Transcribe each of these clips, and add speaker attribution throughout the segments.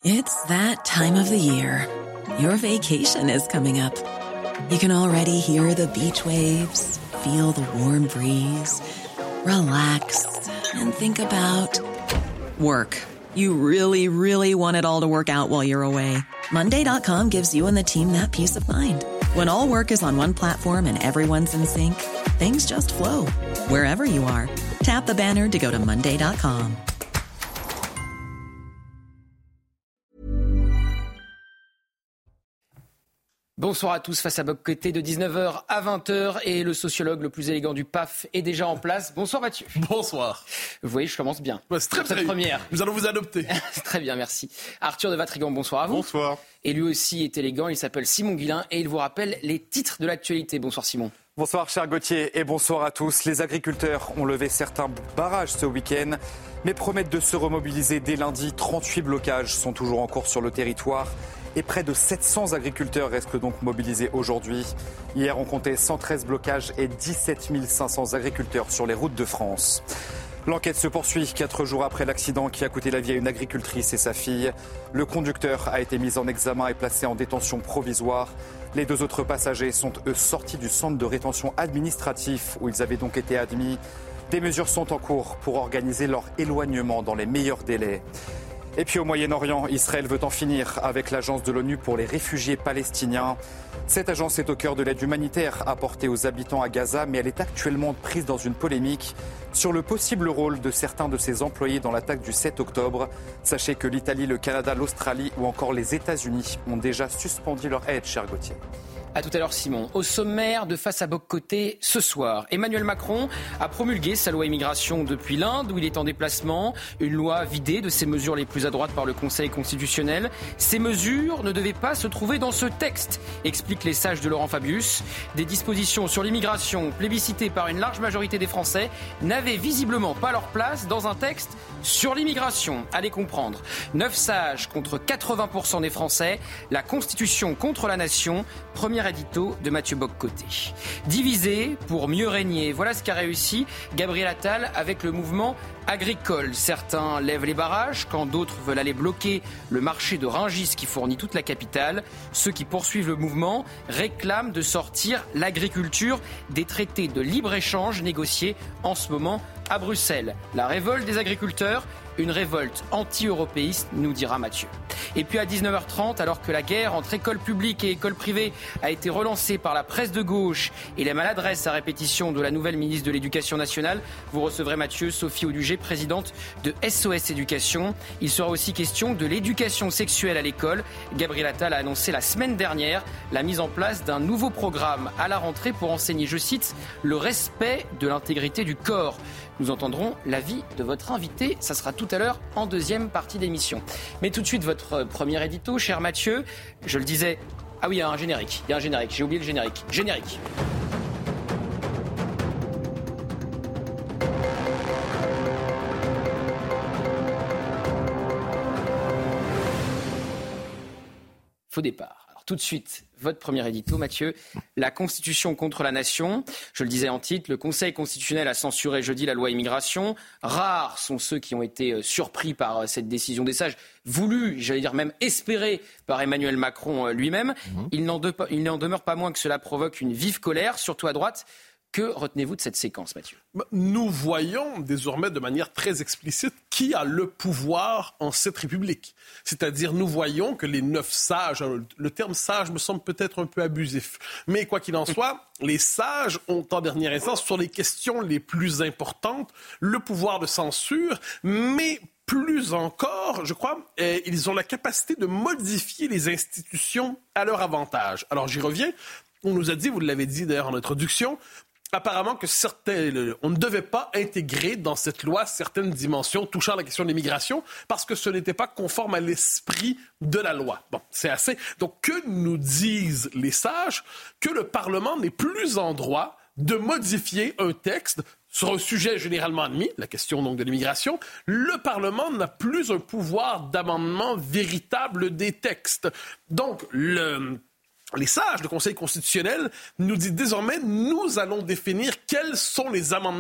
Speaker 1: It's that time of the year. Your vacation is coming up. You can already hear the beach waves, feel the warm breeze, relax, and think about work. You really, really want it all to work out while you're away. Monday.com gives you and the team that peace of mind. When all work is on one platform and everyone's in sync, things just flow. Wherever you are, tap the banner to go to Monday.com.
Speaker 2: Bonsoir à tous, face à Bob Côté de 19h à 20h et le sociologue le plus élégant du PAF est déjà en place. Bonsoir Mathieu.
Speaker 3: Bonsoir.
Speaker 2: Vous voyez, je commence bien.
Speaker 3: Ouais, c'est très bien. Cette première. Nous allons vous adopter.
Speaker 2: C'est très bien, merci. Arthur de Vatrigan, bonsoir à vous.
Speaker 3: Bonsoir.
Speaker 2: Et lui aussi est élégant, il s'appelle Simon Guillain et il vous rappelle les titres de l'actualité. Bonsoir Simon.
Speaker 4: Bonsoir cher Gauthier et bonsoir à tous. Les agriculteurs ont levé certains barrages ce week-end, mais promettent de se remobiliser dès lundi. 38 blocages sont toujours en cours sur le territoire. Et près de 700 agriculteurs restent donc mobilisés aujourd'hui. Hier, on comptait 113 blocages et 17 500 agriculteurs sur les routes de France. L'enquête se poursuit 4 jours après l'accident qui a coûté la vie à une agricultrice et sa fille. Le conducteur a été mis en examen et placé en détention provisoire. Les 2 autres passagers sont, eux, sortis du centre de rétention administratif où ils avaient donc été admis. Des mesures sont en cours pour organiser leur éloignement dans les meilleurs délais. Et puis au Moyen-Orient, Israël veut en finir avec l'agence de l'ONU pour les réfugiés palestiniens. Cette agence est au cœur de l'aide humanitaire apportée aux habitants à Gaza, mais elle est actuellement prise dans une polémique sur le possible rôle de certains de ses employés dans l'attaque du 7 octobre. Sachez que l'Italie, le Canada, l'Australie ou encore les États-Unis ont déjà suspendu leur aide, cher Gauthier.
Speaker 2: A tout à l'heure Simon. Au sommaire de Face à Boc Côté ce soir, Emmanuel Macron a promulgué sa loi immigration depuis l'Inde où il est en déplacement. Une loi vidée de ses mesures les plus à droite par le Conseil constitutionnel. Ces mesures ne devaient pas se trouver dans ce texte, expliquent les sages de Laurent Fabius. Des dispositions sur l'immigration plébiscitées par une large majorité des Français n'avaient visiblement pas leur place dans un texte sur l'immigration. Allez comprendre. 9 sages contre 80% des Français. La Constitution contre la nation. Premier édito de Mathieu Bock-Côté. Diviser pour mieux régner. Voilà ce qu'a réussi Gabriel Attal avec le mouvement agricole. Certains lèvent les barrages quand d'autres veulent aller bloquer le marché de Rungis qui fournit toute la capitale. Ceux qui poursuivent le mouvement réclament de sortir l'agriculture des traités de libre-échange négociés en ce moment à Bruxelles. La révolte des agriculteurs, une révolte anti-européiste, nous dira Mathieu. Et puis à 19h30, alors que la guerre entre écoles publiques et écoles privées a été relancée par la presse de gauche et les maladresses à répétition de la nouvelle ministre de l'Éducation nationale, vous recevrez Mathieu, Sophie Audugé, présidente de SOS Éducation. Il sera aussi question de l'éducation sexuelle à l'école. Gabriel Attal a annoncé la semaine dernière la mise en place d'un nouveau programme à la rentrée pour enseigner, je cite, le respect de l'intégrité du corps. Nous entendrons l'avis de votre invité. Ça sera tout à l'heure en deuxième partie d'émission. Mais tout de suite, votre premier édito, cher Mathieu. Je le disais. Ah oui, il y a un générique. J'ai oublié le générique. Générique. Faux départ. Tout de suite, votre premier édito, Mathieu. La Constitution contre la nation. Je le disais en titre, le Conseil constitutionnel a censuré jeudi la loi immigration. Rares sont ceux qui ont été surpris par cette décision des sages, voulue, j'allais dire même espérée par Emmanuel Macron lui-même. Il n'en demeure pas moins que cela provoque une vive colère, surtout à droite. Que retenez-vous de cette séquence, Mathieu ?
Speaker 3: Nous voyons désormais de manière très explicite qui a le pouvoir en cette République. C'est-à-dire, nous voyons que les 9 sages, le terme sage me semble peut-être un peu abusif, mais quoi qu'il en soit, les sages ont en dernière instance, sur les questions les plus importantes, le pouvoir de censure, mais plus encore, je crois, ils ont la capacité de modifier les institutions à leur avantage. Alors, j'y reviens. On nous a dit, vous l'avez dit d'ailleurs en introduction, apparemment que on ne devait pas intégrer dans cette loi certaines dimensions touchant la question de l'immigration parce que ce n'était pas conforme à l'esprit de la loi. Bon, c'est assez. Donc, que nous disent les sages? Que le Parlement n'est plus en droit de modifier un texte sur un sujet généralement admis, la question donc de l'immigration. Le Parlement n'a plus un pouvoir d'amendement véritable des textes. Donc, les sages, le Conseil constitutionnel, nous dit désormais, nous allons définir quels sont les amendements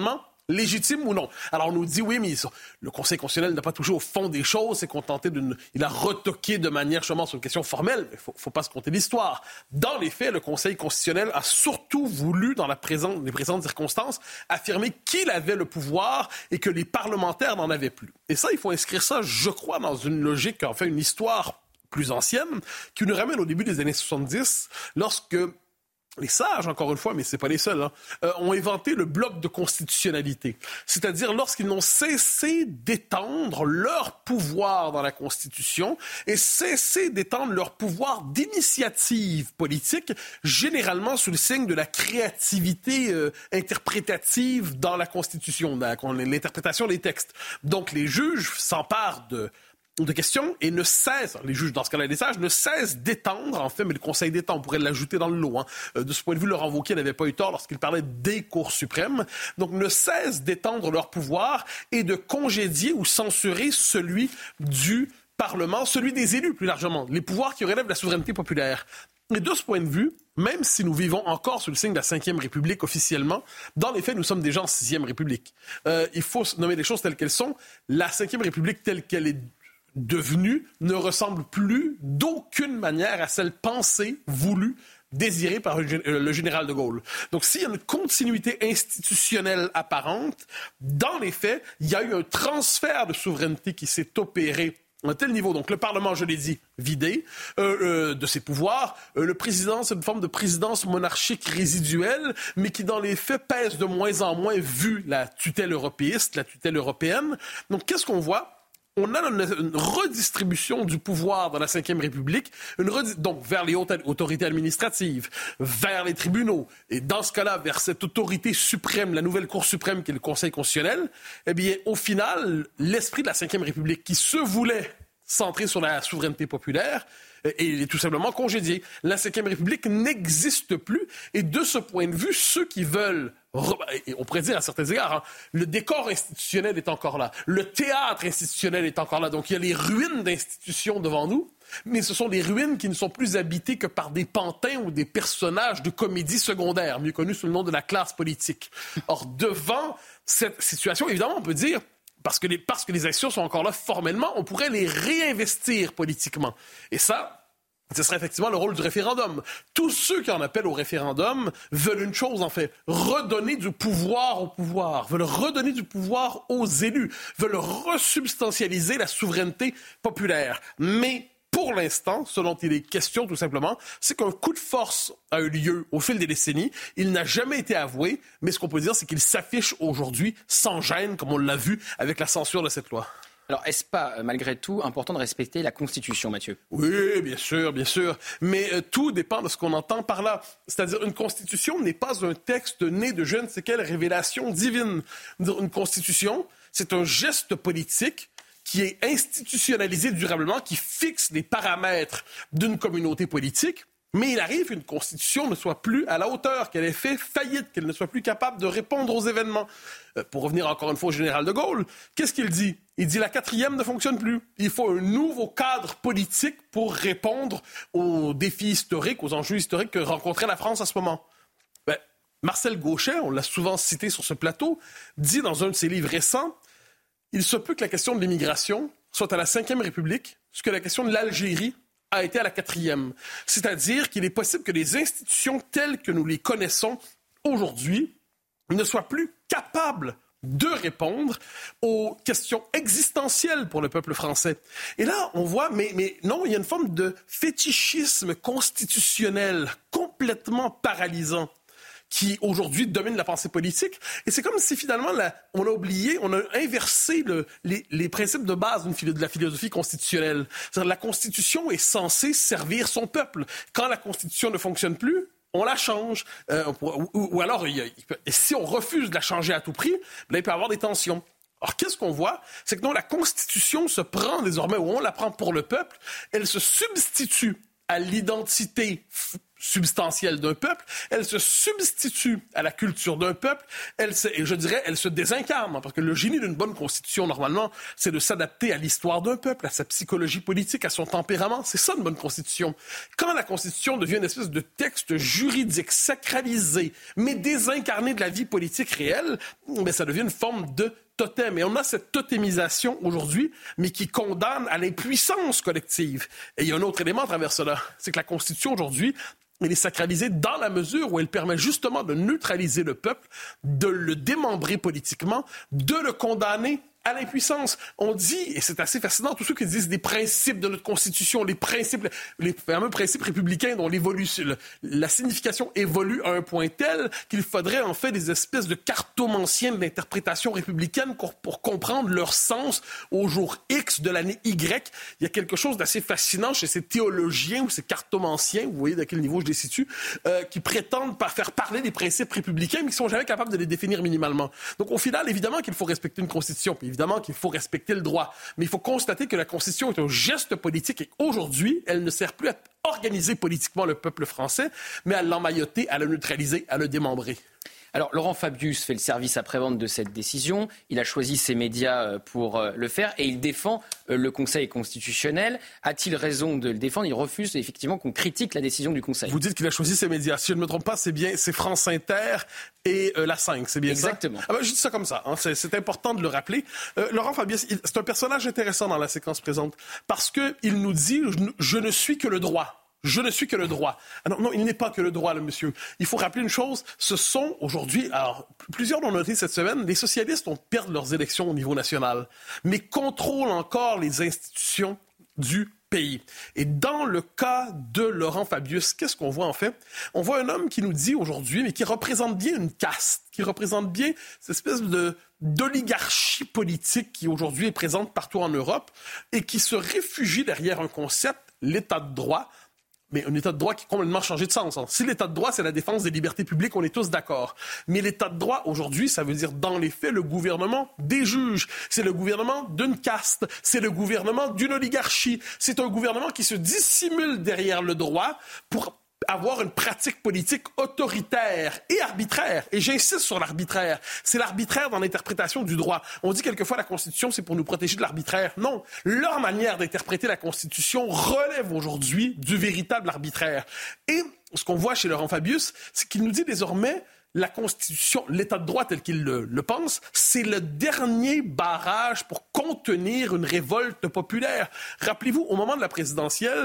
Speaker 3: légitime ou non. Alors on nous dit oui, mais le Conseil constitutionnel n'a pas touché au fond des choses, s'est contenté il a retoqué de manière justement sur une question formelle, mais faut pas se compter l'histoire. Dans les faits, le Conseil constitutionnel a surtout voulu, dans les présentes circonstances, affirmer qu'il avait le pouvoir et que les parlementaires n'en avaient plus. Et ça, il faut inscrire ça, je crois, dans une logique, enfin une histoire plus ancienne, qui nous ramène au début des années 70, lorsque les sages, encore une fois, mais c'est pas les seuls, ont inventé le bloc de constitutionnalité. C'est-à-dire lorsqu'ils n'ont cessé d'étendre leur pouvoir dans la Constitution et cessé d'étendre leur pouvoir d'initiative politique, généralement sous le signe de la créativité interprétative dans la Constitution, l'interprétation des textes. Donc les juges s'emparent de questions et ne cessent, les juges dans ce cas-là, les sages, ne cessent d'étendre, en fait, mais le Conseil d'État, on pourrait l'ajouter dans le lot. De ce point de vue, Laurent Wauquiez n'avait pas eu tort lorsqu'il parlait des cours suprêmes. Donc, ne cessent d'étendre leur pouvoir et de congédier ou censurer celui du Parlement, celui des élus plus largement, les pouvoirs qui relèvent de la souveraineté populaire. Et de ce point de vue, même si nous vivons encore sous le signe de la Ve République officiellement, dans les faits, nous sommes déjà en Sixième République. Il faut nommer les choses telles qu'elles sont. La Ve République telle qu'elle est devenue ne ressemble plus d'aucune manière à celle pensée, voulue, désirée par le général de Gaulle. Donc, s'il y a une continuité institutionnelle apparente, dans les faits, il y a eu un transfert de souveraineté qui s'est opéré à un tel niveau. Donc, le Parlement, je l'ai dit, vidé de ses pouvoirs. Le président, c'est une forme de présidence monarchique résiduelle, mais qui, dans les faits, pèse de moins en moins vu la tutelle européiste, la tutelle européenne. Donc, qu'est-ce qu'on voit? On a une redistribution du pouvoir dans la Ve République, donc vers les hautes autorités administratives, vers les tribunaux, et dans ce cas-là, vers cette autorité suprême, la nouvelle Cour suprême qui est le Conseil constitutionnel. Eh bien, au final, l'esprit de la Ve République, qui se voulait centré sur la souveraineté populaire, est tout simplement congédié. La Ve République n'existe plus, et de ce point de vue, ceux qui veulent, on pourrait dire à certains égards, le décor institutionnel est encore là, le théâtre institutionnel est encore là, donc il y a les ruines d'institutions devant nous, mais ce sont des ruines qui ne sont plus habitées que par des pantins ou des personnages de comédie secondaire, mieux connus sous le nom de la classe politique. Or, devant cette situation, évidemment, on peut dire, parce que les institutions sont encore là formellement, on pourrait les réinvestir politiquement. Et ça, ce serait effectivement le rôle du référendum. Tous ceux qui en appellent au référendum veulent une chose, en fait, redonner du pouvoir au pouvoir, veulent redonner du pouvoir aux élus, veulent resubstantialiser la souveraineté populaire. Mais pour l'instant, ce dont il est question, tout simplement, c'est qu'un coup de force a eu lieu au fil des décennies. Il n'a jamais été avoué, mais ce qu'on peut dire, c'est qu'il s'affiche aujourd'hui sans gêne, comme on l'a vu avec la censure de cette loi.
Speaker 2: Alors, est-ce pas, malgré tout, important de respecter la Constitution, Mathieu?
Speaker 3: Oui, bien sûr, bien sûr. Mais tout dépend de ce qu'on entend par là. C'est-à-dire, une Constitution n'est pas un texte né de je ne sais quelle révélation divine. Une Constitution, c'est un geste politique qui est institutionnalisé durablement, qui fixe les paramètres d'une communauté politique, mais il arrive qu'une constitution ne soit plus à la hauteur, qu'elle ait fait faillite, qu'elle ne soit plus capable de répondre aux événements. Pour revenir encore une fois au général de Gaulle, qu'est-ce qu'il dit? Il dit la 4e ne fonctionne plus. Il faut un nouveau cadre politique pour répondre aux défis historiques, aux enjeux historiques que rencontrait la France à ce moment. Marcel Gauchet, on l'a souvent cité sur ce plateau, dit dans un de ses livres récents, il se peut que la question de l'immigration soit à la Ve République, ce que la question de l'Algérie a été à la 4e. C'est-à-dire qu'il est possible que les institutions telles que nous les connaissons aujourd'hui ne soient plus capables de répondre aux questions existentielles pour le peuple français. Et là, on voit, mais non, il y a une forme de fétichisme constitutionnel complètement paralysant qui aujourd'hui domine la pensée politique. Et c'est comme si finalement, on a oublié, on a inversé les principes de base de la philosophie constitutionnelle. C'est-à-dire la Constitution est censée servir son peuple. Quand la Constitution ne fonctionne plus, on la change. Ou alors, si on refuse de la changer à tout prix, là, il peut y avoir des tensions. Alors, qu'est-ce qu'on voit? C'est que non, la Constitution se prend désormais, ou on la prend pour le peuple, elle se substitue à l'identité substantielle d'un peuple, elle se substitue à la culture d'un peuple, elle se désincarne, parce que le génie d'une bonne constitution, normalement, c'est de s'adapter à l'histoire d'un peuple, à sa psychologie politique, à son tempérament. C'est ça une bonne constitution. Quand la constitution devient une espèce de texte juridique sacralisé, mais désincarné de la vie politique réelle, mais ça devient une forme de totem. Et on a cette totémisation aujourd'hui, mais qui condamne à l'impuissance collective. Et il y a un autre élément à travers cela, c'est que la Constitution aujourd'hui, elle est sacralisée dans la mesure où elle permet justement de neutraliser le peuple, de le démembrer politiquement, de le condamner à l'impuissance. On dit, et c'est assez fascinant, tous ceux qui disent des principes de notre Constitution, les fameux principes républicains dont la signification évolue à un point tel qu'il faudrait en fait des espèces de cartomanciens de l'interprétation républicaine pour comprendre leur sens au jour X de l'année Y. Il y a quelque chose d'assez fascinant chez ces théologiens ou ces cartomanciens, vous voyez à quel niveau je les situe, qui prétendent faire parler des principes républicains, mais qui ne sont jamais capables de les définir minimalement. Donc au final, évidemment qu'il faut respecter une Constitution, puis évidemment qu'il faut respecter le droit. Mais il faut constater que la Constitution est un geste politique et qu'aujourd'hui, elle ne sert plus à organiser politiquement le peuple français, mais à l'emmailloter, à le neutraliser, à le démembrer.
Speaker 2: Alors, Laurent Fabius fait le service après-vente de cette décision. Il a choisi ses médias pour le faire et il défend le Conseil constitutionnel. A-t-il raison de le défendre ? Il refuse effectivement qu'on critique la décision du Conseil.
Speaker 3: Vous dites qu'il a choisi ses médias. Si je ne me trompe pas, c'est France Inter et La 5, c'est bien
Speaker 2: Exactement.
Speaker 3: Ça? Je dis ça comme ça. Hein. C'est important de le rappeler. Laurent Fabius, c'est un personnage intéressant dans la séquence présente parce qu'il nous dit « Je ne suis que le droit ». Je ne suis que le droit. Alors, non, il n'est pas que le droit, le monsieur. Il faut rappeler une chose, ce sont aujourd'hui, alors plusieurs l'ont noté cette semaine, les socialistes ont perdu leurs élections au niveau national, mais contrôlent encore les institutions du pays. Et dans le cas de Laurent Fabius, qu'est-ce qu'on voit en fait? On voit un homme qui nous dit aujourd'hui, mais qui représente bien une caste, qui représente bien cette espèce d'oligarchie politique qui aujourd'hui est présente partout en Europe et qui se réfugie derrière un concept, l'état de droit, mais un état de droit qui a complètement changé de sens. Si l'état de droit, c'est la défense des libertés publiques, on est tous d'accord. Mais l'état de droit, aujourd'hui, ça veut dire, dans les faits, le gouvernement des juges. C'est le gouvernement d'une caste. C'est le gouvernement d'une oligarchie. C'est un gouvernement qui se dissimule derrière le droit pour avoir une pratique politique autoritaire et arbitraire. Et j'insiste sur l'arbitraire. C'est l'arbitraire dans l'interprétation du droit. On dit quelquefois la Constitution, c'est pour nous protéger de l'arbitraire. Non. Leur manière d'interpréter la Constitution relève aujourd'hui du véritable arbitraire. Et ce qu'on voit chez Laurent Fabius, c'est qu'il nous dit désormais la Constitution, l'état de droit tel qu'il le pense, c'est le dernier barrage pour contenir une révolte populaire. Rappelez-vous, au moment de la présidentielle,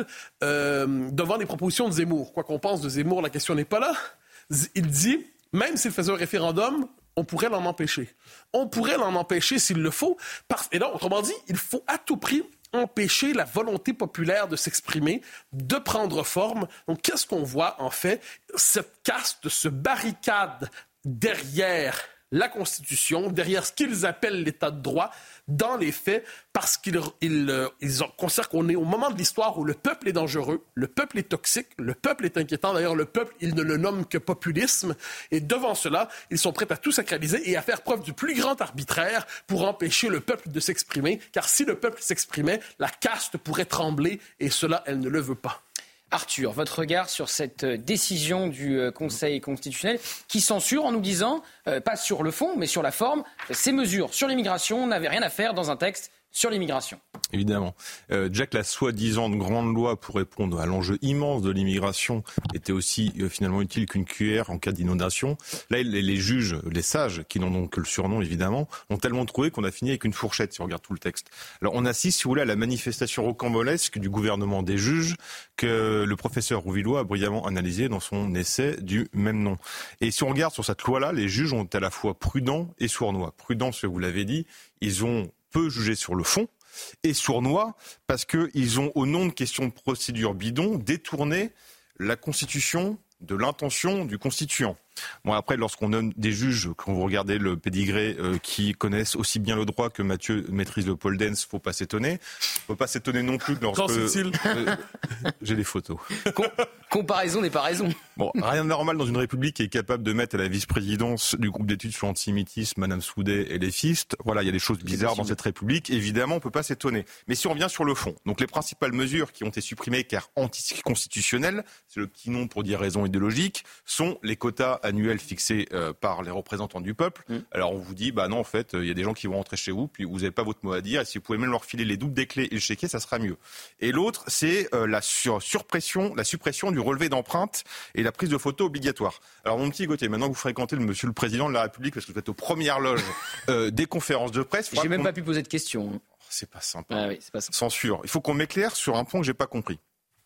Speaker 3: devant les propositions de Zemmour, quoi qu'on pense de Zemmour, la question n'est pas là, il dit, même s'il faisait un référendum, on pourrait l'en empêcher. On pourrait l'en empêcher s'il le faut. Et là, autrement dit, il faut à tout prix empêcher la volonté populaire de s'exprimer, de prendre forme. Donc, qu'est-ce qu'on voit, en fait? Cette caste se barricade derrière la Constitution, derrière ce qu'ils appellent l'état de droit, dans les faits, parce qu'ils considèrent qu'on est au moment de l'histoire où le peuple est dangereux, le peuple est toxique, le peuple est inquiétant. D'ailleurs, le peuple, ils ne le nomment que populisme. Et devant cela, ils sont prêts à tout sacraliser et à faire preuve du plus grand arbitraire pour empêcher le peuple de s'exprimer. Car si le peuple s'exprimait, la caste pourrait trembler et cela, elle ne le veut pas.
Speaker 2: Arthur, votre regard sur cette décision du Conseil constitutionnel qui censure en nous disant, pas sur le fond, mais sur la forme, ces mesures sur l'immigration n'avaient rien à faire dans un texte sur l'immigration.
Speaker 5: Évidemment. Déjà que la soi-disant grande loi pour répondre à l'enjeu immense de l'immigration était aussi finalement utile qu'une cuillère en cas d'inondation. Là, les juges, les sages, qui n'en ont que le surnom évidemment, ont tellement trouvé qu'on a fini avec une fourchette si on regarde tout le texte. Alors on assiste, si vous voulez, à la manifestation rocambolesque du gouvernement des juges que le professeur Rouvillois a brillamment analysé dans son essai du même nom. Et si on regarde sur cette loi-là, les juges ont été à la fois prudents et sournois. Prudents, ce que vous l'avez dit, ils ont peu jugé sur le fond, et sournois parce qu'ils ont, au nom de questions de procédure bidon, détourné la Constitution de l'intention du constituant. Bon, après, lorsqu'on nomme des juges, quand vous regardez le pédigré, qui connaissent aussi bien le droit que Mathieu maîtrise le pole dance, faut pas s'étonner. Faut pas s'étonner non plus lorsque...
Speaker 3: Quand c'est-il
Speaker 5: j'ai des photos.
Speaker 2: Comparaison n'est pas raison.
Speaker 5: Bon, rien de normal dans une république qui est capable de mettre à la vice-présidence du groupe d'études sur l'antisémitisme, Madame Soudet et les fistes. Voilà, il y a des choses bizarres dans cette république. Évidemment, on peut pas s'étonner. Mais si on revient sur le fond, donc les principales mesures qui ont été supprimées car anticonstitutionnelles, c'est le petit nom pour dire raison idéologique, sont les quotas annuels fixés par les représentants du peuple. Alors on vous dit, bah non, en fait, il y a des gens qui vont rentrer chez vous, puis vous n'avez pas votre mot à dire, et si vous pouvez même leur filer les doubles des clés et le chéquier, ça sera mieux. Et l'autre, c'est la suppression du relevé d'empreintes et la prise de photos obligatoire. Alors mon petit Gauthier, maintenant que vous fréquentez le Monsieur le Président de la République, parce que vous êtes aux premières loges des conférences de presse...
Speaker 2: J'ai même pas pu poser de questions.
Speaker 5: C'est pas sympa.
Speaker 2: Ah oui, c'est pas sympa.
Speaker 5: Censure. Il faut qu'on m'éclaire sur un point que j'ai pas compris.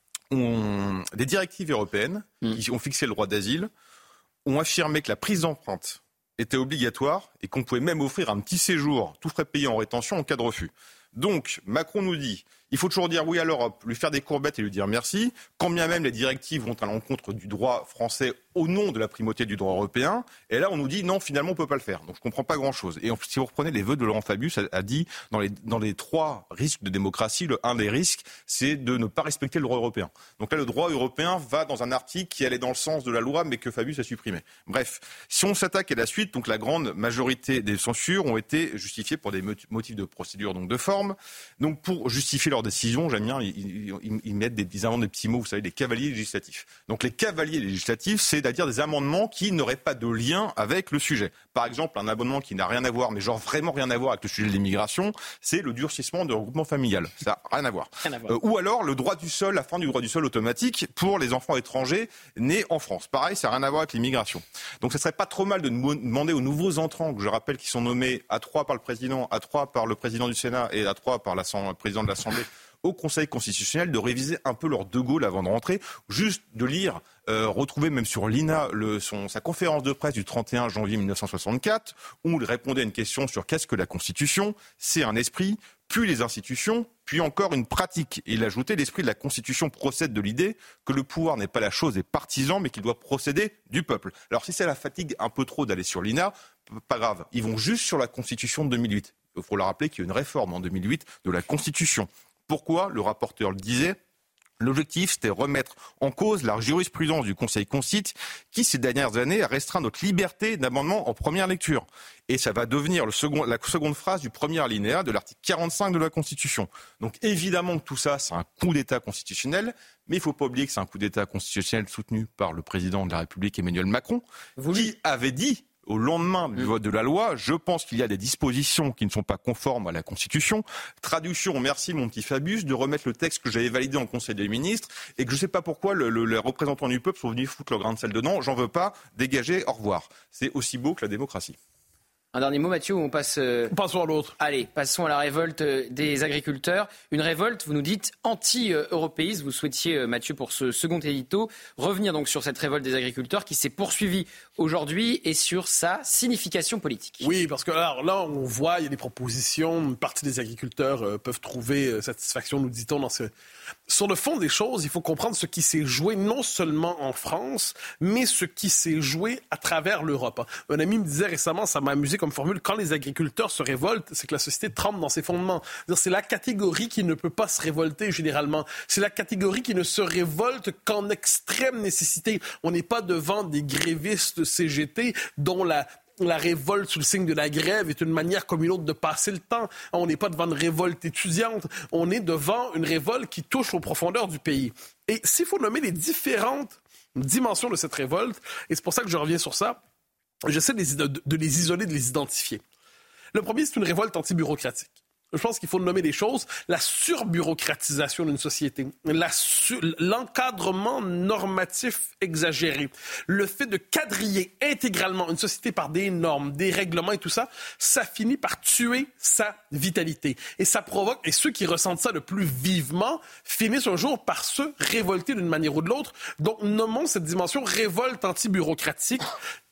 Speaker 5: Des directives européennes qui ont fixé le droit d'asile ont affirmé que la prise d'empreinte était obligatoire et qu'on pouvait même offrir un petit séjour, tout frais payé en rétention en cas de refus. Donc, Macron nous dit, il faut toujours dire oui à l'Europe, lui faire des courbettes et lui dire merci, quand bien même les directives vont à l'encontre du droit français au nom de la primauté du droit européen. Et là, on nous dit non, finalement, on peut pas le faire. Donc, je comprends pas grand-chose. Et si vous reprenez les vœux de Laurent Fabius, a dit dans les 3 risques de démocratie, un des risques, c'est de ne pas respecter le droit européen. Donc là, le droit européen va dans un article qui allait dans le sens de la loi, mais que Fabius a supprimé. Bref, si on s'attaque à la suite, donc la grande majorité des censures ont été justifiées pour des motifs de procédure, donc de forme. Donc pour justifier leur décision, j'aime bien, ils mettent ils inventent des petits mots, vous savez, des cavaliers législatifs. Donc les cavaliers législatifs, c'est-à-dire des amendements qui n'auraient pas de lien avec le sujet. Par exemple, un amendement qui n'a rien à voir, mais genre vraiment rien à voir avec le sujet de l'immigration, c'est le durcissement de regroupement familial. Ça n'a rien à voir. Ou alors le droit du sol, la fin du droit du sol automatique pour les enfants étrangers nés en France. Pareil, ça n'a rien à voir avec l'immigration. Donc ce serait pas trop mal de demander aux nouveaux entrants, que je rappelle qui sont nommés à 3 par le président, à 3 par le président du Sénat et à 3 par le président de l'Assemblée, au Conseil constitutionnel, de réviser un peu leur De Gaulle avant de rentrer, juste de lire, retrouver même sur l'INA sa conférence de presse du 31 janvier 1964, où il répondait à une question sur qu'est-ce que la Constitution, c'est un esprit, puis les institutions, puis encore une pratique. Et il ajoutait, l'esprit de la Constitution procède de l'idée que le pouvoir n'est pas la chose des partisans, mais qu'il doit procéder du peuple. Alors si ça la fatigue un peu trop d'aller sur l'INA, pas grave, ils vont juste sur la Constitution de 2008. Il faut leur rappeler qu'il y a eu une réforme en 2008 de la Constitution. Pourquoi ? Le rapporteur le disait, l'objectif c'était remettre en cause la jurisprudence du Conseil constitutionnel qui ces dernières années a restreint notre liberté d'amendement en première lecture. Et ça va devenir la seconde phrase du premier alinéa de l'article 45 de la Constitution. Donc évidemment que tout ça c'est un coup d'État constitutionnel, mais il ne faut pas oublier que c'est un coup d'État constitutionnel soutenu par le président de la République Emmanuel Macron, qui avait dit au lendemain du vote de la loi, je pense qu'il y a des dispositions qui ne sont pas conformes à la Constitution. Traduction, merci mon petit Fabius, de remettre le texte que j'avais validé en Conseil des ministres et que je ne sais pas pourquoi les représentants du peuple sont venus foutre leur grain de sel dedans. J'en veux pas, dégagez, au revoir. C'est aussi beau que la démocratie.
Speaker 2: Un dernier mot, Mathieu, ou on passe...
Speaker 3: Passons à l'autre.
Speaker 2: Allez, passons à la révolte des agriculteurs. Une révolte, vous nous dites, anti-européiste. Vous souhaitiez, Mathieu, pour ce second édito, revenir donc sur cette révolte des agriculteurs qui s'est poursuivie aujourd'hui et sur sa signification politique.
Speaker 3: Oui, parce que alors, là, on voit, il y a des propositions. Une partie des agriculteurs peuvent trouver satisfaction, nous dit-on, dans ce... Sur le fond des choses, il faut comprendre ce qui s'est joué non seulement en France, mais ce qui s'est joué à travers l'Europe. Un ami me disait récemment, ça m'a amusé comme formule, quand les agriculteurs se révoltent, c'est que la société tremble dans ses fondements. C'est la catégorie qui ne peut pas se révolter généralement. C'est la catégorie qui ne se révolte qu'en extrême nécessité. On n'est pas devant des grévistes CGT dont la révolte sous le signe de la grève est une manière comme une autre de passer le temps. On n'est pas devant une révolte étudiante. On est devant une révolte qui touche aux profondeurs du pays. Et s'il faut nommer les différentes dimensions de cette révolte, et c'est pour ça que je reviens sur ça, j'essaie de les isoler, de les identifier. Le premier, c'est une révolte anti-bureaucratique. Je pense qu'il faut nommer des choses. La surbureaucratisation d'une société, l'encadrement normatif exagéré, le fait de quadriller intégralement une société par des normes, des règlements et tout ça, ça finit par tuer sa vitalité. Et ça provoque, et ceux qui ressentent ça le plus vivement finissent un jour par se révolter d'une manière ou de l'autre. Donc, nommons cette dimension révolte anti-bureaucratique.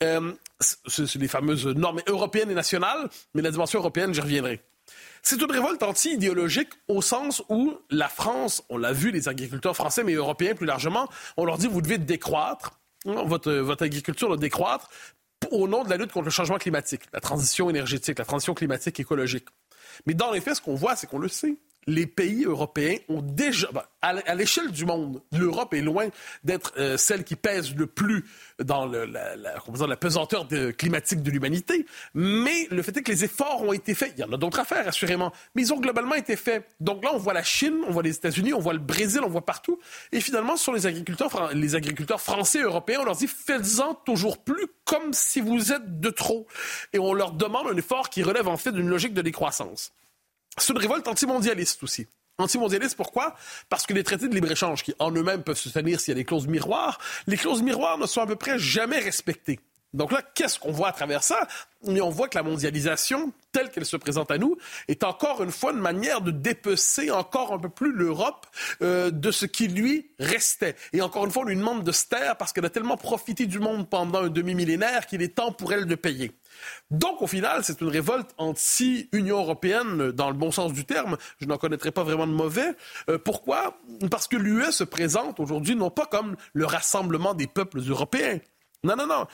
Speaker 3: C'est les fameuses normes européennes et nationales, mais la dimension européenne, j'y reviendrai. C'est une révolte anti-idéologique au sens où la France, on l'a vu, les agriculteurs français, mais européens plus largement, on leur dit vous devez décroître, votre agriculture doit décroître au nom de la lutte contre le changement climatique, la transition énergétique, la transition climatique écologique. Mais dans les faits, ce qu'on voit, c'est qu'on le sait. Les pays européens ont déjà, à l'échelle du monde, l'Europe est loin d'être celle qui pèse le plus dans la pesanteur climatique de l'humanité. Mais le fait est que les efforts ont été faits. Il y en a d'autres à faire, assurément, mais ils ont globalement été faits. Donc là, on voit la Chine, on voit les États-Unis, on voit le Brésil, on voit partout. Et finalement, sur les agriculteurs français et européens, on leur dit faites-en toujours plus comme si vous êtes de trop. Et on leur demande un effort qui relève en fait d'une logique de décroissance. C'est une révolte antimondialiste aussi. Antimondialiste, pourquoi? Parce que les traités de libre-échange, qui en eux-mêmes peuvent se tenir s'il y a des clauses miroirs, les clauses miroirs ne sont à peu près jamais respectées. Donc là, qu'est-ce qu'on voit à travers ça? Et on voit que la mondialisation, telle qu'elle se présente à nous, est encore une fois une manière de dépecer encore un peu plus l'Europe de ce qui lui restait. Et encore une fois, on lui demande de se taire parce qu'elle a tellement profité du monde pendant un demi-millénaire qu'il est temps pour elle de payer. Donc, au final, c'est une révolte anti-Union européenne, dans le bon sens du terme. Je n'en connaîtrais pas vraiment de mauvais. Pourquoi? Parce que l'UE se présente aujourd'hui non pas comme le rassemblement des peuples européens. Non.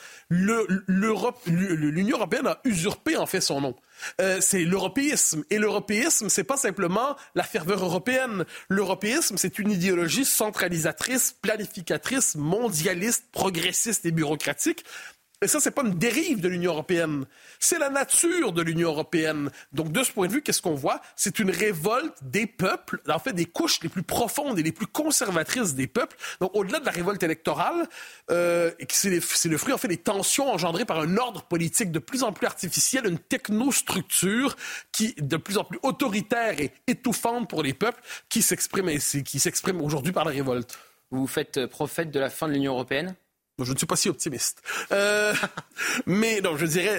Speaker 3: L'Union européenne a usurpé en fait son nom. C'est l'européisme. Et l'européisme, c'est pas simplement la ferveur européenne. L'européisme, c'est une idéologie centralisatrice, planificatrice, mondialiste, progressiste et bureaucratique. Et ça, c'est pas une dérive de l'Union européenne. C'est la nature de l'Union européenne. Donc, de ce point de vue, qu'est-ce qu'on voit? C'est une révolte des peuples, en fait, des couches les plus profondes et les plus conservatrices des peuples. Donc, au-delà de la révolte électorale, c'est le fruit, en fait, des tensions engendrées par un ordre politique de plus en plus artificiel, une technostructure qui de plus en plus autoritaire et étouffante pour les peuples, qui s'exprime aujourd'hui par la révolte.
Speaker 2: Vous vous faites prophète de la fin de l'Union européenne?
Speaker 3: Je ne suis pas si optimiste. Mais non,